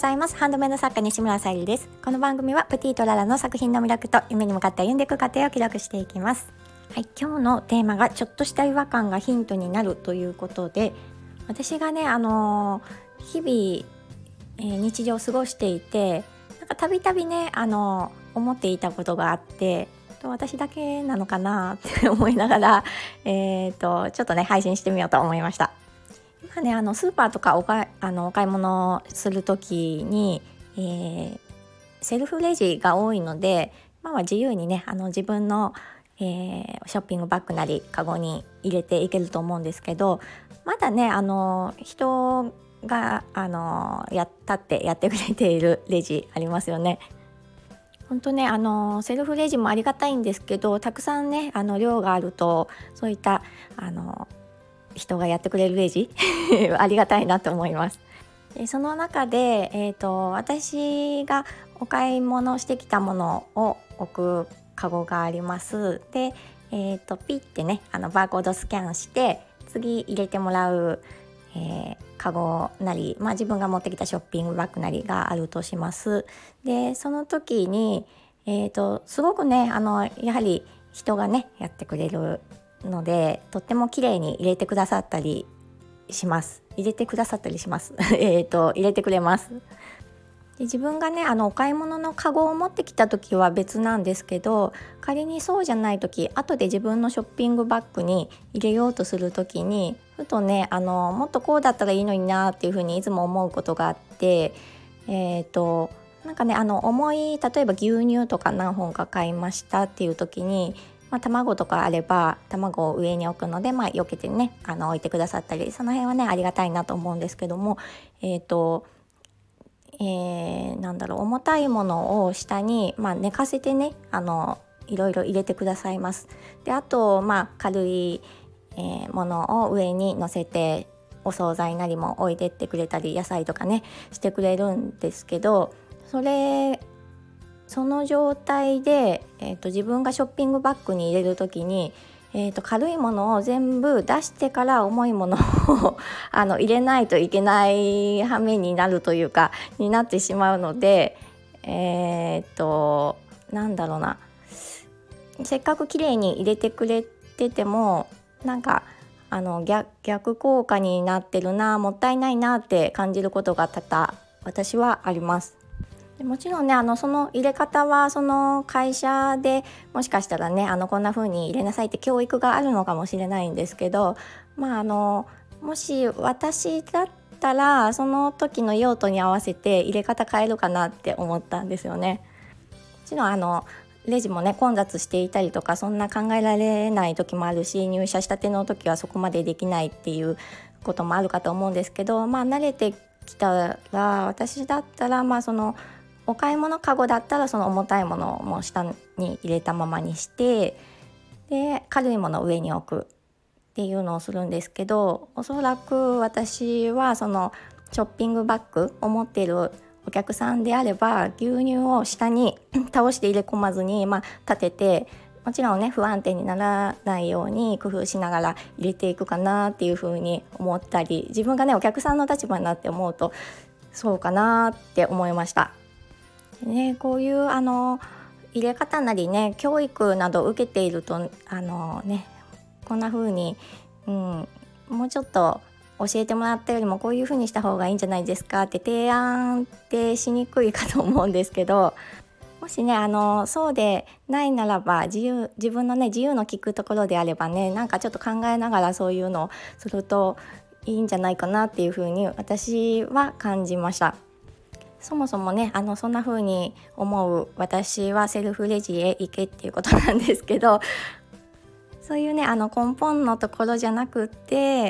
ざいます。ハンドメイド作家西村さゆりです。この番組はプティとララの作品の魅力と夢に向かって歩んでいく過程を記録していきます。はい、今日のテーマがちょっとした違和感がヒントになるということで、私がね、日々、日常を過ごしていて、たびたびね、思っていたことがあって、私だけなのかなって思いながら、ちょっとね配信してみようと思いました。今ね、スーパーとかお買い物をするときに、セルフレジが多いので、今は自由にね自分の、ショッピングバッグなりカゴに入れていけると思うんですけど、まだね人がやってくれているレジありますよね。本当ねセルフレジもありがたいんですけど、たくさんね量があるとそういった人がやってくれるレジありがたいなと思います。でその中で、私がお買い物してきたものを置くカゴがあります。で、ピッてねバーコードスキャンして次入れてもらう、カゴなり、自分が持ってきたショッピングバッグなりがあるとします。でその時に、すごくねやはり人がねやってくれるので、とっても綺麗に入れてくださったりします。入れてくれます。で自分がねお買い物のカゴを持ってきた時は別なんですけど、仮にそうじゃない時、後で自分のショッピングバッグに入れようとする時にふとねもっとこうだったらいいのになっていうふうにいつも思うことがあって、なんかね例えば牛乳とか何本か買いましたっていう時に、卵とかあれば卵を上に置くので、避けてね置いてくださったり、その辺はねありがたいなと思うんですけども、重たいものを下に、寝かせてねいろいろ入れてくださいます。であと軽い、ものを上に乗せてお惣菜なりも置いてってくれたり、野菜とかねしてくれるんですけど、その状態で、自分がショッピングバッグに入れるときに、軽いものを全部出してから重いものを入れないといけない羽目になるというかになってしまうので、なんだろうな、せっかく綺麗に入れてくれててもなんか逆効果になってるな、もったいないなって感じることが多々私はあります。もちろんねその入れ方はその会社でもしかしたらねこんな風に入れなさいって教育があるのかもしれないんですけど、もし私だったらその時の用途に合わせて入れ方変えるかなって思ったんですよね。もちろんレジもね混雑していたりとか、そんな考えられない時もあるし、入社したての時はそこまでできないっていうこともあるかと思うんですけど、慣れてきたら私だったらそのお買い物カゴだったらその重たいものをもう下に入れたままにして、で軽いものを上に置くっていうのをするんですけど、おそらく私はそのショッピングバッグを持っているお客さんであれば、牛乳を下に倒して入れ込まずに、立てて、もちろんね不安定にならないように工夫しながら入れていくかなっていうふうに思ったり、自分がねお客さんの立場になって思うとそうかなって思いました。こういう入れ方なりね教育などを受けているとこんな風に、もうちょっと教えてもらったよりもこういう風にした方がいいんじゃないですかって提案ってしにくいかと思うんですけど、もしねそうでないならば自分のね自由の利くところであればね、なんかちょっと考えながらそういうのをするといいんじゃないかなっていう風に私は感じました。そもそもねそんな風に思う私はセルフレジへ行けっていうことなんですけど、そういうね根本のところじゃなくって、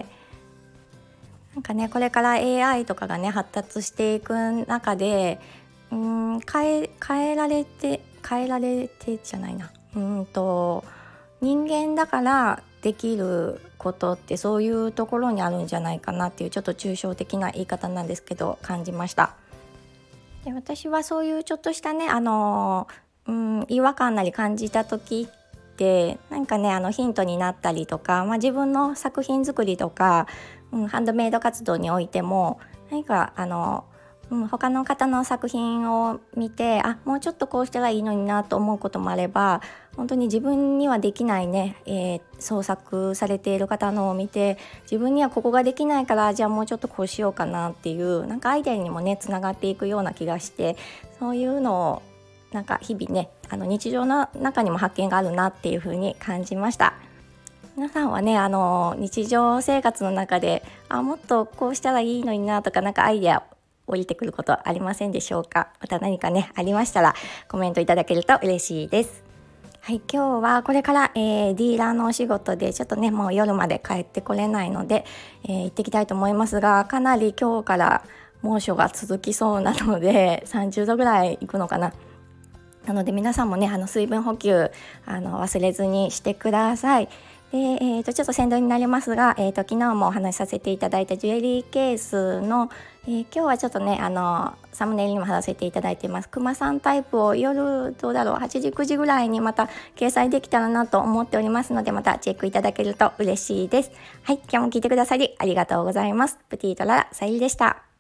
なんかねこれから AI とかがね発達していく中で変えられてじゃないな、人間だからできることってそういうところにあるんじゃないかなっていう、ちょっと抽象的な言い方なんですけど感じました。で私はそういうちょっとしたね違和感なり感じた時ってなんかねヒントになったりとか、自分の作品作りとか、ハンドメイド活動においても何か他の方の作品を見てもうちょっとこうしたらいいのになと思うこともあれば、本当に自分にはできないね、創作されている方のを見て、自分にはここができないからじゃあもうちょっとこうしようかなっていうなんかアイデアにもねつながっていくような気がして、そういうのをなんか日々ね日常の中にも発見があるなっていう風に感じました。皆さんはね日常生活の中でもっとこうしたらいいのになとか、なんかアイデア降りてくることありませんでしょうか。また何かねありましたらコメントいただけると嬉しいです。はい、今日はこれから、ディーラーのお仕事でちょっとねもう夜まで帰ってこれないので、行ってきたいと思いますが、かなり今日から猛暑が続きそうなので30度ぐらいいくのかな。なので皆さんもね水分補給忘れずにしてください。で、ちょっと宣伝になりますが、昨日もお話しさせていただいたジュエリーケースの、今日はちょっとねサムネイルにも貼らせていただいていますクマさんタイプを夜どうだろう8時9時ぐらいにまた掲載できたらなと思っておりますので、またチェックいただけると嬉しいです。はい、今日も聞いてくださりありがとうございます。プティートララさゆりでした。